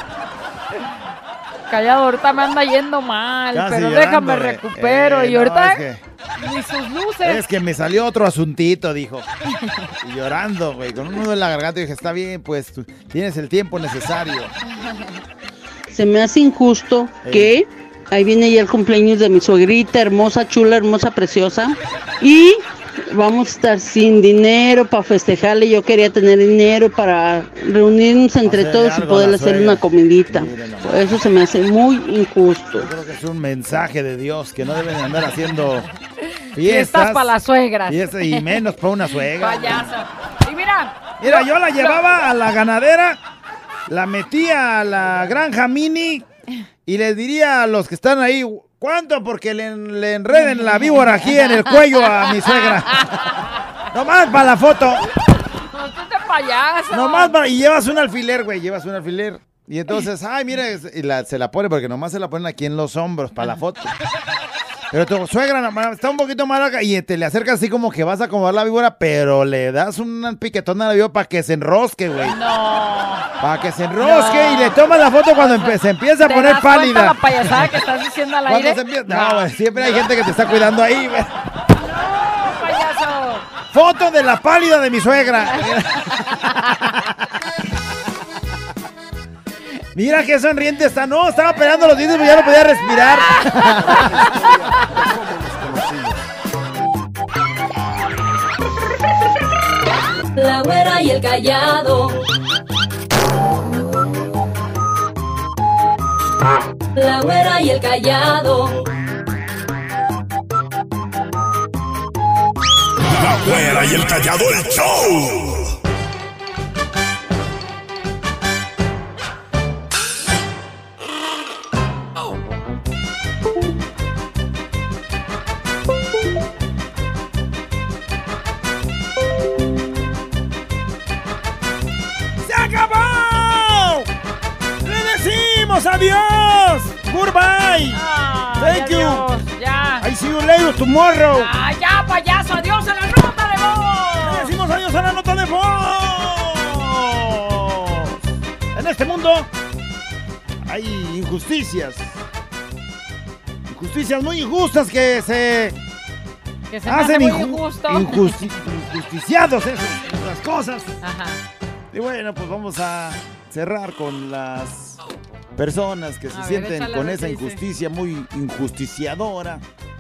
Callado, ahorita me anda yendo mal, Casi pero llorando, déjame eh. recupero. Eh, y no, ahorita es que- ni sus luces. Es que me salió otro asuntito, dijo. Y llorando, güey, con un nudo en la garganta. Y dije, está bien, pues tú tienes el tiempo necesario. Se me hace injusto Ey. que ahí viene ya el cumpleaños de mi suegrita, hermosa, chula, hermosa, preciosa. Y vamos a estar sin dinero para festejarle. Yo quería tener dinero para reunirnos entre Hacerle todos y algo a poder la hacer suegra. una comidita. Por eso se me hace muy injusto. Yo creo que es un mensaje de Dios que no deben andar haciendo Fiestas fiestas. para las suegras. Fiestas y menos para una suegra. Payaso. Y mira. Mira, yo la llevaba a la ganadera, la metía a la granja mini y les diría a los que están ahí, ¿cuánto? Porque le, le enreden la víbora aquí en el cuello a mi suegra. Nomás para la foto. No, tú te payaso. Nomás para... Y llevas un alfiler, güey, llevas un alfiler. Y entonces, ay, mira, y la- se la pone porque nomás se la ponen aquí en los hombros para la foto. Pero tu suegra nomás está un poquito más larga y te le acercas así como que vas a acomodar la víbora, pero le das un piquetón a la víbora para que se enrosque, güey. No. Para que se enrosque No. y le tomas la foto cuando empe- se empieza a ¿Te poner das cuenta pálida. la payasada que estás diciendo al Cuando aire? se empieza- No, güey, siempre hay gente que te está cuidando ahí, güey. No, payaso. Foto de la pálida de mi suegra. Mira qué sonriente está. No, estaba pegando los dientes, pero ya no podía respirar. La güera y el callado. La güera y el callado. La güera y el callado, el show. ¡Se acabó! ¡Le decimos adiós! ¡Goodbye! Thank you. Adiós, ya. I see you later tomorrow. Ah, ya, payaso. Adiós a la nota de voz. Le decimos adiós a la nota de voz. En este mundo hay injusticias. Injusticias muy injustas que se Que se me hace hacen muy inju- injusto. injusti- injusticiados esos, esas cosas. Ajá. Y bueno, pues vamos a cerrar con las personas que se A ver, sienten échale a con ver esa qué dice. injusticia muy injusticiadora.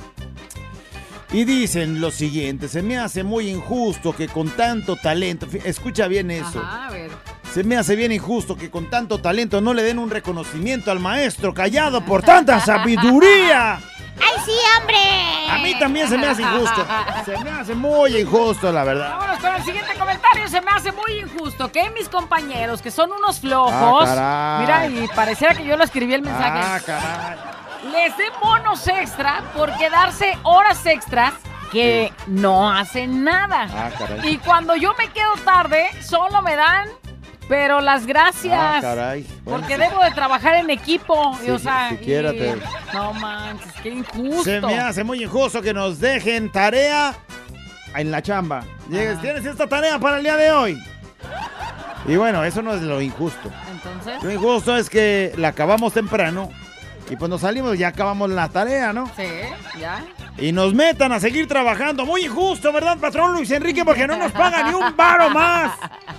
Y dicen lo siguiente: se me hace muy injusto que con tanto talento, fi- escucha bien eso, Ajá, a ver. se me hace bien injusto que con tanto talento no le den un reconocimiento al maestro Callado por tanta sabiduría. ¡Ay, sí, hombre! A mí también se me hace injusto. Se me hace muy injusto, la verdad. Vámonos con el siguiente comentario. Se me hace muy injusto que mis compañeros, que son unos flojos, Ah, mira, caray. y pareciera que yo lo escribí el mensaje, Ah, caray. les dé bonos extra por quedarse horas extras que no hacen nada. Ah, caray. Y cuando yo me quedo tarde, solo me dan, pero las gracias. Ah, caray. Bueno, Porque sí. debo de trabajar en equipo. y, Si- o sea, siquiera y- te- No manches, qué injusto. Se me hace muy injusto que nos dejen tarea en la chamba. Llegues, tienes esta tarea para el día de hoy. Y bueno, eso no es lo injusto. Entonces, Lo injusto es que la acabamos temprano y pues nos salimos, ya acabamos la tarea, ¿no? sí, ya. Y nos metan a seguir trabajando. Muy injusto, ¿verdad, patrón Luis Enrique? Porque no nos pagan ni un varo más.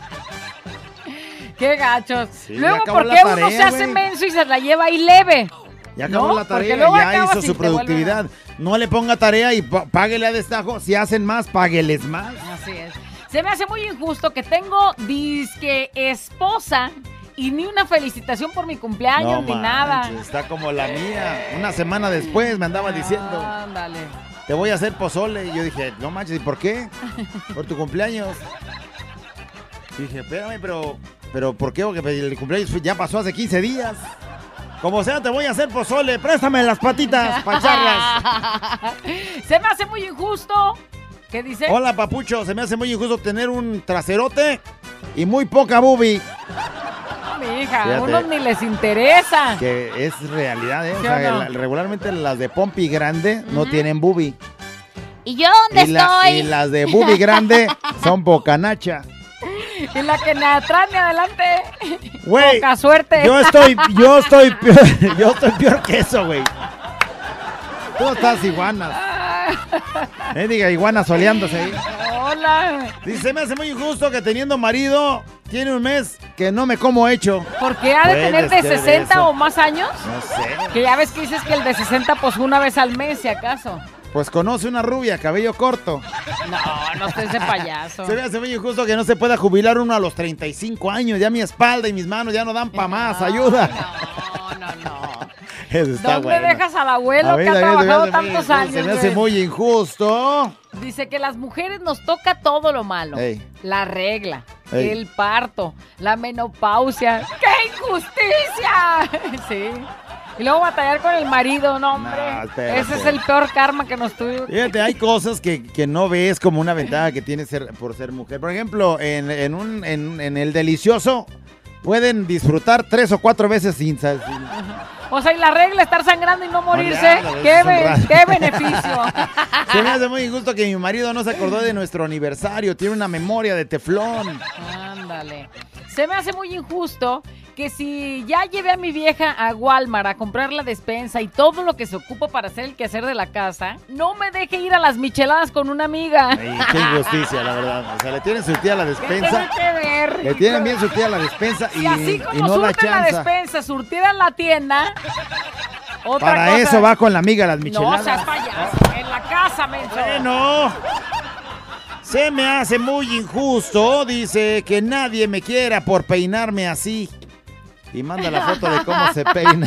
Qué gachos. Sí, Luego, ya acabó ¿por la qué uno tarea, se hace güey. menso y se la lleva ahí leve? Ya acabó ¿No? la Porque tarea, luego ya acabas hizo y su te vuelven a- productividad. No le ponga tarea y pa- páguele a destajo. Si hacen más, págueles más. Así es. Se me hace muy injusto que tengo disque esposa y ni una felicitación por mi cumpleaños ni manches, nada. está como la mía. Una semana después me andaba diciendo, Ándale. te voy a hacer pozole. Y yo dije, no manches, ¿y por qué? Por tu cumpleaños. Y dije, espérame, pero, pero ¿por qué? Porque el cumpleaños fue- ya pasó hace quince días. Como sea, te voy a hacer pozole. Préstame las patitas para echarlas. Se me hace muy injusto. ¿Qué dice? Hola, papucho. Se me hace muy injusto tener un traserote y muy poca boobie. Mi hija, Fíjate. a unos ni les interesa. Que es realidad, ¿eh? O ¿Sí sea, o no? la- regularmente las de pompi grande no tienen boobie. ¿Y yo dónde Y, la- estoy? y las de boobie grande son bocanacha. Y la que ni atrás ni adelante. Güey, Poca suerte. yo estoy, yo estoy peor, yo estoy peor que eso, güey. Tú estás iguanas. Eh, diga, iguana soleándose ahí. Hola. Dice, me hace muy injusto que teniendo marido, tiene un mes que no me como hecho. ¿Por qué ha de Puede tener de ser sesenta eso. o más años? No sé. Que ya ves que dices que el de sesenta pues una vez al mes, si acaso. Pues conoce una rubia, cabello corto. No, no estés de payaso. Se me hace muy injusto que no se pueda jubilar uno a los treinta y cinco años. Ya mi espalda y mis manos ya no dan para más. Ayuda. No, no, no. Eso está ¿Dónde bueno. dejas al abuelo A ver, que ha a ver, trabajado se me hace muy tantos injusto, años? Se me hace güey? muy injusto. Dice que las mujeres nos toca todo lo malo. Ey. La regla, Ey. el parto, la menopausia. ¡Qué injusticia! Sí. Y luego batallar con el marido, no, hombre. No, espérate. Ese es el peor karma que nos tuvo. Fíjate, hay cosas que, que no ves como una ventaja que tiene ser, por ser mujer. Por ejemplo, en, en, un, en, en el delicioso pueden disfrutar tres o cuatro veces sin... sal- sin- O sea, y la regla, estar sangrando y no morirse. ya, la verdad, ¡Qué, es un be- rato. qué beneficio! Se me hace muy injusto que mi marido no se acordó de nuestro aniversario. Tiene una memoria de teflón. Ándale. Se me hace muy injusto que si ya llevé a mi vieja a Walmart a comprar la despensa y todo lo que se ocupa para hacer el quehacer de la casa, no me deje ir a las micheladas con una amiga. Ay, qué injusticia, la verdad. O sea, le tienen surtida la ¿Qué despensa. tiene que ver? Le tienen bien surtida la despensa y, Y así y como no la surten la, chanza. despensa, surtida en la tienda, otra Para cosa- eso va con la amiga a las No micheladas. seas payaso, en la casa, menso. Bueno, se me hace muy injusto, dice, que nadie me quiera por peinarme así. Y manda la foto de cómo se peina.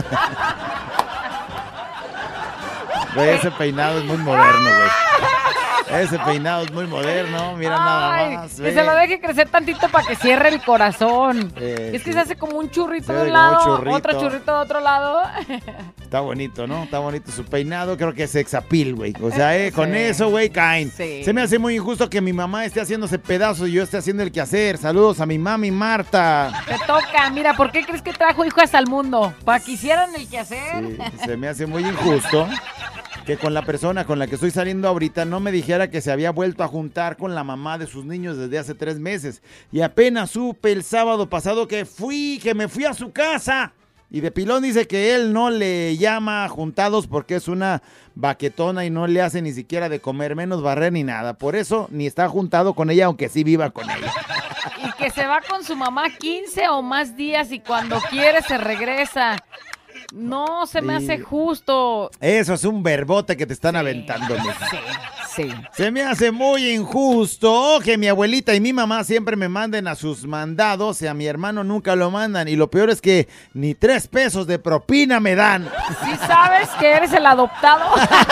Güey, ese peinado es muy moderno, güey. Ese peinado es muy moderno, mira nada Ay, más. que ve. se lo deje crecer tantito para que cierre el corazón. Eh, es que sí. se hace como un churrito Se de hace un como un lado, churrito. otro churrito de otro lado. Está bonito, ¿no? Está bonito su peinado, creo que es sexapil, güey. O sea, eh, con Sí. eso, güey, caen. Sí. Se me hace muy injusto que mi mamá esté haciéndose pedazos y yo esté haciendo el quehacer. Saludos a mi mami Marta. Te toca, mira, ¿por qué crees que trajo hijas al mundo? ¿Para que hicieran el quehacer? Sí, se me hace muy injusto que con la persona con la que estoy saliendo ahorita no me dijera que se había vuelto a juntar con la mamá de sus niños desde hace tres meses. Y apenas supe el sábado pasado que fui, que me fui a su casa. Y de pilón dice que él no le llama juntados porque es una baquetona y no le hace ni siquiera de comer, menos barrer ni nada. Por eso ni está juntado con ella, aunque sí viva con ella. Y que se va con su mamá quince o más días y cuando quiere se regresa. No se me Sí. hace justo. Eso es un verbote que te están aventando, mija. Sí, sí. Se me hace muy injusto que mi abuelita y mi mamá siempre me manden a sus mandados y a mi hermano nunca lo mandan. Y lo peor es que ni tres pesos de propina me dan. ¿Sí sabes que eres el adoptado?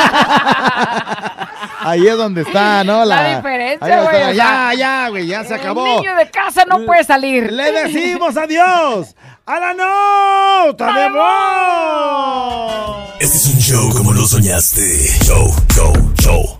Ahí es donde está, ¿no? La diferencia, ahí es donde güey, está. o sea, Ya, ya, güey, ya se acabó. El niño de casa no puede salir. Le decimos adiós a la nota de voz. Este es un show como lo soñaste. Show, show, show.